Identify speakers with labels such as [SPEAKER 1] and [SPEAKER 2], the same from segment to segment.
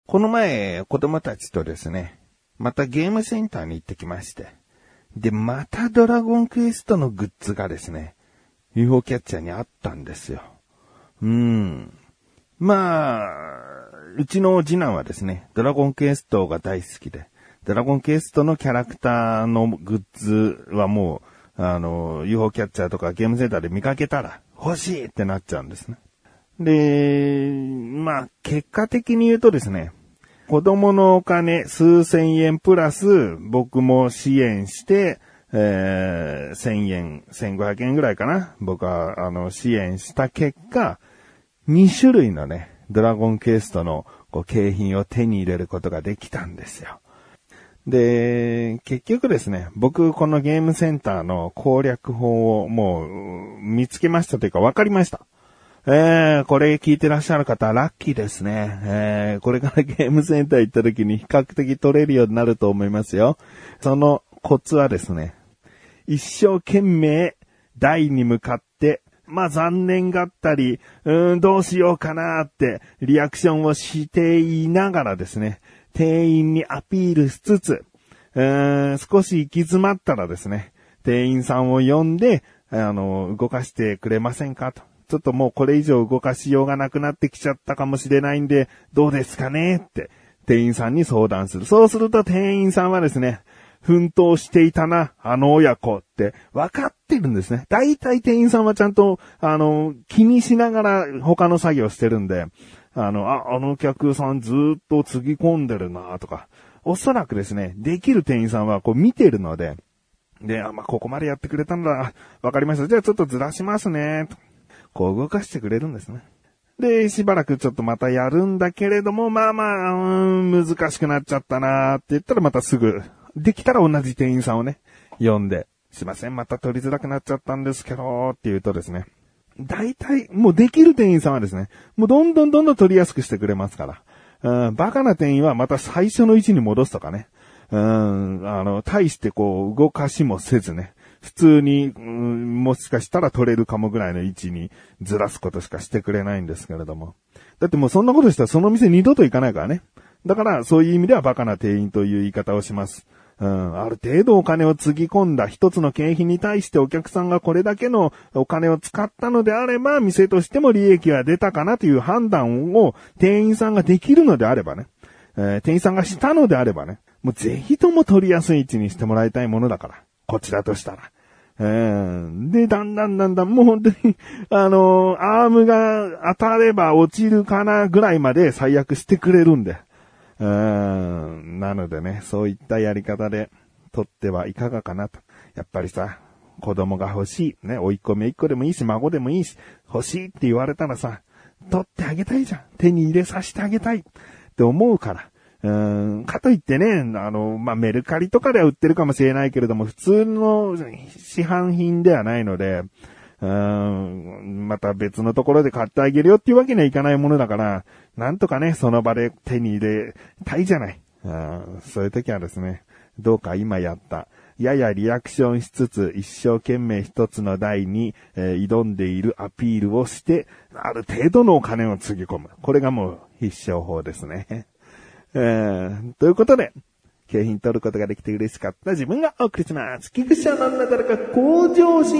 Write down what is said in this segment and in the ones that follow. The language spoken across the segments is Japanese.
[SPEAKER 1] この前、子供たちとですね、またゲームセンターに行ってきまして。で、またドラゴンクエストのグッズがですね、UFO キャッチャーにあったんですよ。まあ、うちの次男はですね、ドラゴンクエストが大好きで、ドラゴンクエストのキャラクターのグッズはもう、UFO キャッチャーとかゲームセンターで見かけたら欲しいってなっちゃうんですね。で、まあ、結果的に言うとですね、子供のお金数千円プラス僕も支援して、1000円、1500円ぐらいかな。僕は、支援した結果、2種類のね、ドラゴンクエストの景品を手に入れることができたんですよ。で、結局ですね、僕このゲームセンターの攻略法をもう見つけましたというか分かりました。これ聞いてらっしゃる方ラッキーですね。これからゲームセンター行った時に比較的取れるようになると思いますよ。そのコツはですね、一生懸命台に向かって、まあ残念がったり、どうしようかなってリアクションをしていながらですね、店員にアピールしつつ、少し行き詰まったらですね、店員さんを呼んで、動かしてくれませんかと。ちょっともうこれ以上動かしようがなくなってきちゃったかもしれないんで、どうですかねって店員さんに相談する。そうすると店員さんはですね、奮闘していたな、あの親子って分かってるんですね。大体店員さんはちゃんと、気にしながら他の作業してるんで、あの客さんずっとつぎ込んでるなとか、おそらくですね、できる店員さんはこう見てるので、で、まあ、ここまでやってくれたんだ。わかりました。じゃあちょっとずらしますね。こう動かしてくれるんですね。で、しばらくちょっとまたやるんだけれども、まあまあ、難しくなっちゃったなって言ったらまたすぐ、できたら同じ店員さんをね、呼んで、すいません、また取りづらくなっちゃったんですけど、って言うとですね、大体、もうできる店員さんはですね、もうどんどん取りやすくしてくれますから。バカな店員はまた最初の位置に戻すとかね。大してこう動かしもせずね。普通に、もしかしたら取れるかもぐらいの位置にずらすことしかしてくれないんですけれども。だってもうそんなことしたらその店二度と行かないからね。だからそういう意味ではバカな店員という言い方をします。ある程度お金をつぎ込んだ一つの景品に対してお客さんがこれだけのお金を使ったのであれば、店としても利益が出たかなという判断を店員さんができるのであればね、店員さんがしたのであればね、もうぜひとも取りやすい位置にしてもらいたいものだから、こちらとしたら。で、だんだん、もう本当に、アームが当たれば落ちるかなぐらいまで最悪してくれるんで。なのでね、そういったやり方で取ってはいかがかなと。やっぱりさ、子供が欲しい。ね、甥っ子姪っ子でもいいし、孫でもいいし、欲しいって言われたらさ、取ってあげたいじゃん。手に入れさせてあげたいって思うから。かといってね、メルカリとかでは売ってるかもしれないけれども、普通の市販品ではないので、また別のところで買ってあげるよっていうわけにはいかないものだから、なんとかね、その場で手に入れたいじゃない。そういう時はですね、どうか今やった、ややリアクションしつつ、一生懸命一つの台に、挑んでいるアピールをして、ある程度のお金をつぎ込む。これがもう必勝法ですね。ということで、景品取ることができて嬉しかった自分がお送りします。菊池のなだらか向上心。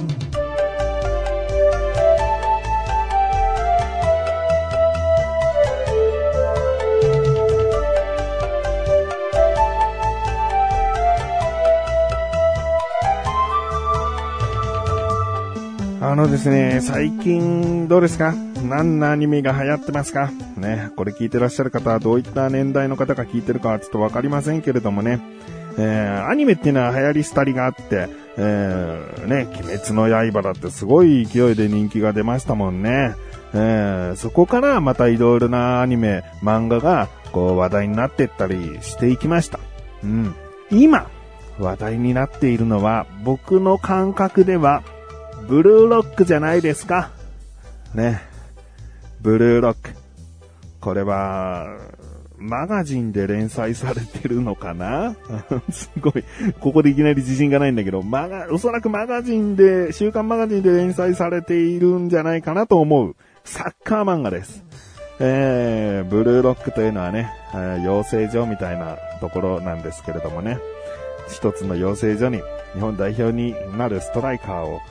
[SPEAKER 1] ですね、最近どうですか？何のアニメが流行ってますかね。これ聞いてらっしゃる方はどういった年代の方が聞いてるかはちょっとわかりませんけれどもね、アニメっていうのは流行り廃りがあって、ね、鬼滅の刃だってすごい勢いで人気が出ましたもんね。そこからまたいろいろなアニメ、漫画がこう話題になっていったりしていきました。今話題になっているのは僕の感覚ではブルーロックじゃないですかね。ブルーロック、これはマガジンで連載されてるのかなすごいここでいきなり自信がないんだけど、おそらくマガジンで、週刊マガジンで連載されているんじゃないかなと思うサッカー漫画です。 ブルーロックというのはね、養成所みたいなところなんですけれどもね、一つの養成所に日本代表になるストライカーを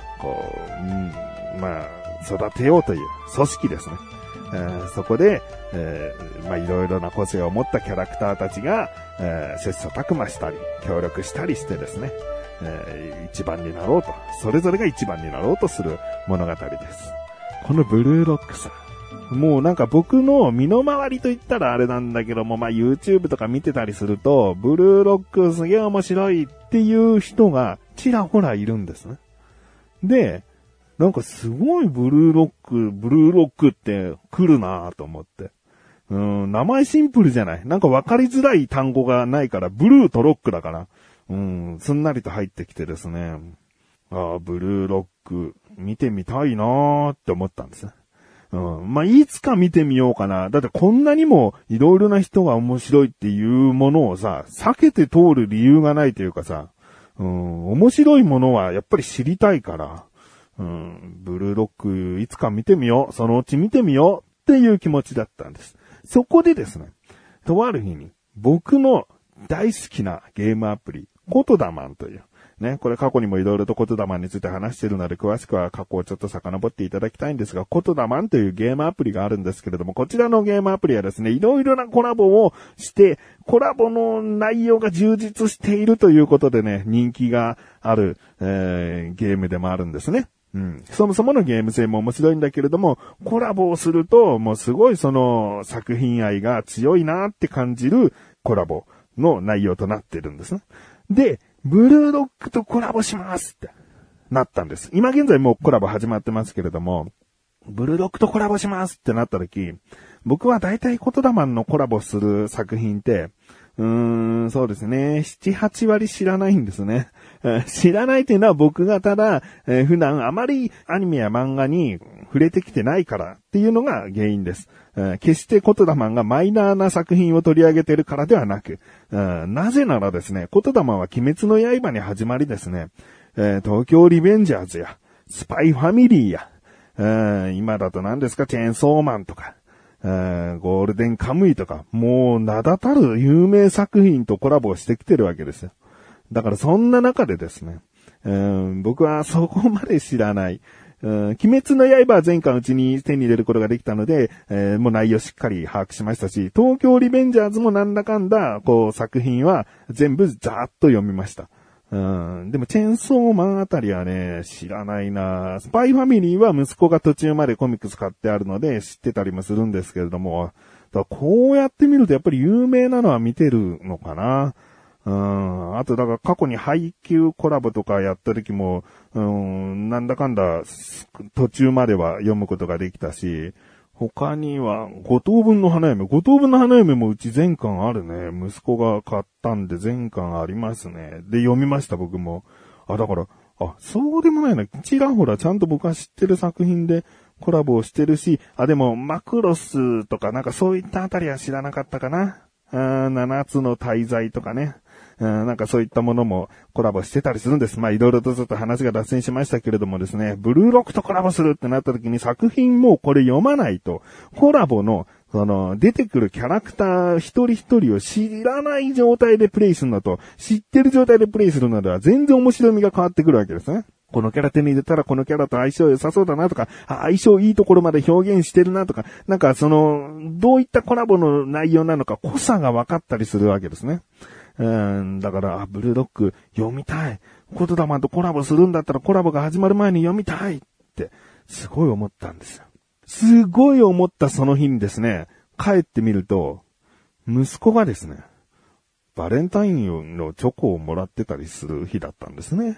[SPEAKER 1] 育てようという組織ですね。そこで、いろいろな個性を持ったキャラクターたちが、切磋琢磨したり協力したりしてですね、一番になろうと、それぞれが一番になろうとする物語です。このブルーロックさ、もうなんか僕の身の回りと言ったらあれなんだけども、YouTube とか見てたりすると、ブルーロックすげえ面白いっていう人がちらほらいるんですね。で、なんかすごいブルーロックって来るなぁと思って。名前シンプルじゃない。なんか分かりづらい単語がないから、ブルーとロックだから、すんなりと入ってきてですね。ブルーロック見てみたいなぁって思ったんですね。いつか見てみようかな。だってこんなにもいろいろな人が面白いっていうものをさ、避けて通る理由がないというかさ、面白いものはやっぱり知りたいから、ブルーロックいつか見てみよう、そのうち見てみようっていう気持ちだったんです。そこでですね、とある日に僕の大好きなゲームアプリ、コトダマンという、ね、これ過去にもいろいろとコトダマンについて話しているので、詳しくは過去をちょっと遡っていただきたいんですが、コトダマンというゲームアプリがあるんですけれども、こちらのゲームアプリはですね、いろいろなコラボをして、コラボの内容が充実しているということでね、人気がある、ゲームでもあるんですね。そもそものゲーム性も面白いんだけれども、コラボをすると、もうすごいその作品愛が強いなって感じるコラボの内容となってるんですね。で、ブルーロックとコラボしますってなったんです。今現在もうコラボ始まってますけれども、ブルーロックとコラボしますってなった時、僕は大体コトダマンのコラボする作品って、そうですね。7、8割知らないんですね。知らないというのは僕がただ、普段あまりアニメや漫画に触れてきてないからっていうのが原因です。決してコトダマンがマイナーな作品を取り上げているからではなく、なぜならですね、コトダマンは鬼滅の刃に始まりですね、東京リベンジャーズや、スパイファミリーや、今だと何ですか、チェーンソーマンとか、ゴールデンカムイとか、もう名だたる有名作品とコラボしてきてるわけですよ。だからそんな中でですね、僕はそこまで知らない。鬼滅の刃は前回うちに手に入れることができたので、もう内容しっかり把握しましたし、東京リベンジャーズもなんだかんだ、作品は全部ざーっと読みました。でもチェーンソーマンあたりはね、知らないな。スパイファミリーは息子が途中までコミックス買ってあるので知ってたりもするんですけれども、だからこうやって見るとやっぱり有名なのは見てるのかな。あとだから過去に配給コラボとかやった時も、なんだかんだ途中までは読むことができたし、他には、五等分の花嫁もうち全巻あるね。息子が買ったんで全巻ありますね。で、読みました僕も。だから、そうでもないな。ちらほらちゃんと僕は知ってる作品でコラボをしてるし、でも、マクロスとかなんかそういったあたりは知らなかったかな。7つの大罪とかね。なんかそういったものもコラボしてたりするんです。いろいろとちょっと話が脱線しましたけれどもですね、ブルーロックとコラボするってなった時に作品もこれ読まないと、コラボの、出てくるキャラクター一人一人を知らない状態でプレイするのと、知ってる状態でプレイするのでは全然面白みが変わってくるわけですね。このキャラ手に入れたらこのキャラと相性良さそうだなとか、相性いいところまで表現してるなとか、なんかどういったコラボの内容なのか濃さが分かったりするわけですね。だから、ブルーロック読みたい。コトダマンとコラボするんだったらコラボが始まる前に読みたいって、すごい思ったんですよ。すごい思ったその日にですね、帰ってみると、息子がですね、バレンタインのチョコをもらってたりする日だったんですね。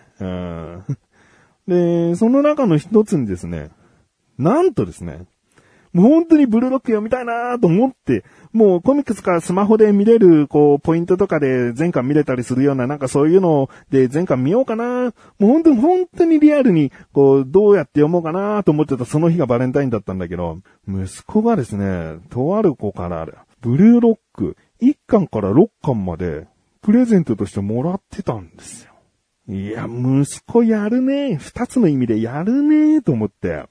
[SPEAKER 1] で、その中の一つにですね、なんとですね、もう本当にブルーロック読みたいなと思って、もうコミックスからスマホで見れる、ポイントとかで全巻見れたりするような、なんかそういうので全巻見ようかな。もう本当にリアルに、どうやって読もうかなと思ってたその日がバレンタインだったんだけど、息子がですね、とある子から、ブルーロック1巻から6巻まで、プレゼントとしてもらってたんですよ。いや、息子やるね。2つの意味でやるねと思って。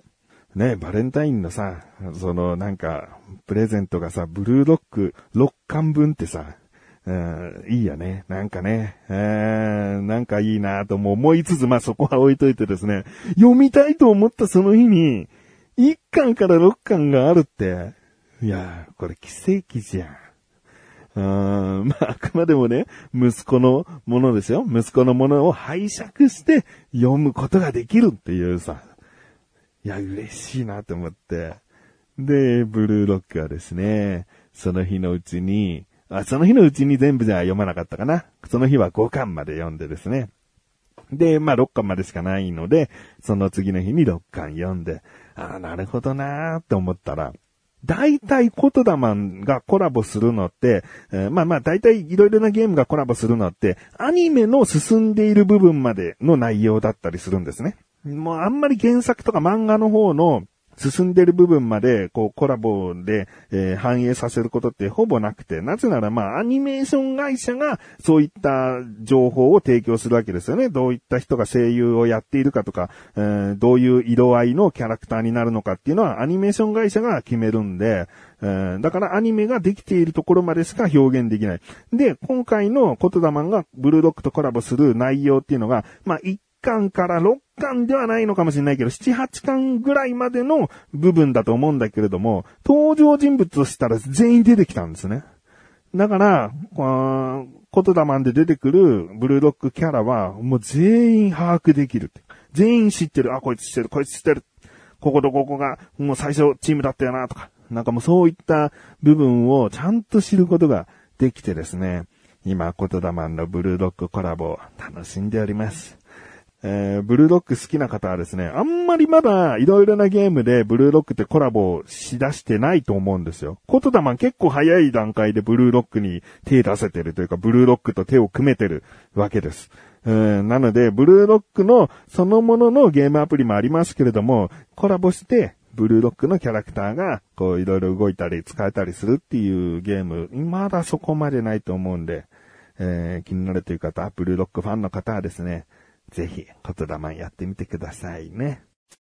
[SPEAKER 1] ね、バレンタインのさ、プレゼントがさ、ブルーロック6巻分ってさ、いいよね。なんかね、なんかいいなとも思いつつ、そこは置いといてですね、読みたいと思ったその日に、1巻から6巻があるって、いやー、これ奇跡じゃん。あくまでもね、息子のものですよ。息子のものを拝借して読むことができるっていうさ。いや、嬉しいなと思って。で、ブルーロックはですね、その日のうちに全部じゃ読まなかったかな。その日は5巻まで読んでですね。で、6巻までしかないので、その次の日に6巻読んで、なるほどなーって思ったら、大体コトダマンがコラボするのって、大体いろいろなゲームがコラボするのって、アニメの進んでいる部分までの内容だったりするんですね。もうあんまり原作とか漫画の方の進んでる部分まで、コラボで、反映させることってほぼなくて、なぜならアニメーション会社がそういった情報を提供するわけですよね。どういった人が声優をやっているかとか、どういう色合いのキャラクターになるのかっていうのはアニメーション会社が決めるんで、だからアニメができているところまでしか表現できない。で、今回のコトダマンがブルーロックとコラボする内容っていうのが、1巻から6巻ではないのかもしれないけど、7、8巻ぐらいまでの部分だと思うんだけれども、登場人物としたら全員出てきたんですね。だから、コトダマンで出てくるブルーロックキャラは、もう全員把握できる。全員知ってる。こいつ知ってる、こいつ知ってる。こことここが、もう最初チームだったよな、とか。もうそういった部分をちゃんと知ることができてですね、今、コトダマンのブルーロックコラボを楽しんでおります。ブルーロック好きな方はですね、あんまりまだいろいろなゲームでブルーロックってコラボしだしてないと思うんですよ。コトダマン結構早い段階でブルーロックに手出せてるというか、ブルーロックと手を組めてるわけです。なので、ブルーロックのそのもののゲームアプリもありますけれども、コラボして、ブルーロックのキャラクターが、いろいろ動いたり使えたりするっていうゲーム、まだそこまでないと思うんで、気になるという方、ブルーロックファンの方はですね、ぜひ、コトダマンやってみてくださいね。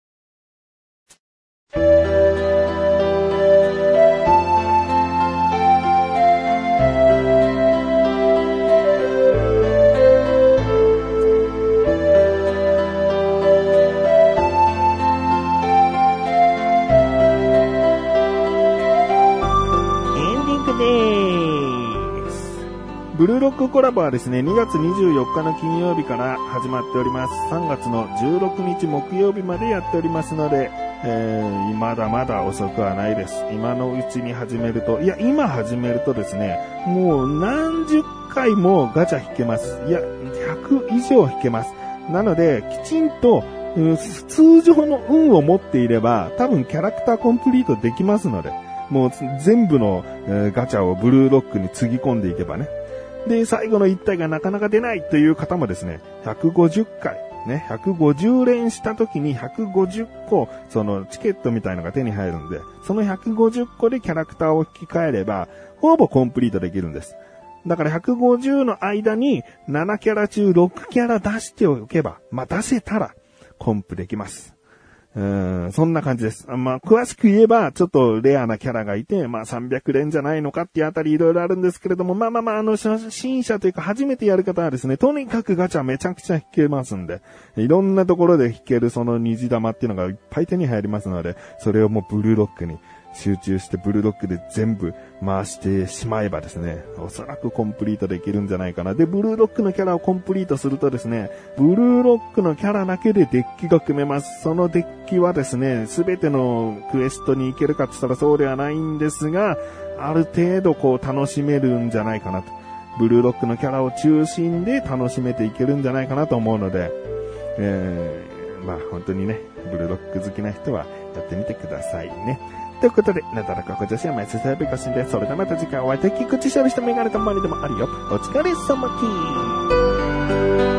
[SPEAKER 1] ブルーロックコラボはですね、2月24日の金曜日から始まっております。3月の16日木曜日までやっておりますので、まだまだ遅くはないです。今のうちに始めると、今始めるとですね、もう何十回もガチャ引けます。100以上引けます。なので、きちんと、通常の運を持っていれば、多分キャラクターコンプリートできますので、もう全部の、ガチャをブルーロックにつぎ込んでいけばね。で、最後の1体がなかなか出ないという方もですね、150回、ね、150連した時に150個、そのチケットみたいのが手に入るんで、その150個でキャラクターを引き換えれば、ほぼコンプリートできるんです。だから150の間に7キャラ中6キャラ出しておけば、出せたらコンプできます。そんな感じです。詳しく言えば、ちょっとレアなキャラがいて、300連じゃないのかっていうあたりいろいろあるんですけれども、初心者というか初めてやる方はですね、とにかくガチャめちゃくちゃ引けますんで、いろんなところで引けるその虹玉っていうのがいっぱい手に入りますので、それをもうブルーロックに集中してブルーロックで全部回してしまえばですね、おそらくコンプリートできるんじゃないかな。で、ブルーロックのキャラをコンプリートするとですね、ブルーロックのキャラだけでデッキが組めます。そのデッキはですね、すべてのクエストに行けるかって言ったらそうではないんですが、ある程度楽しめるんじゃないかなと。ブルーロックのキャラを中心で楽しめていけるんじゃないかなと思うので、本当にね、ブルーロック好きな人はやってみてくださいね。ということで、なだらかご女子は毎週水曜日更新です。それではまた次回お会いでき、口しゃべしたメガネたまにでもあるよ。お疲れ様きー。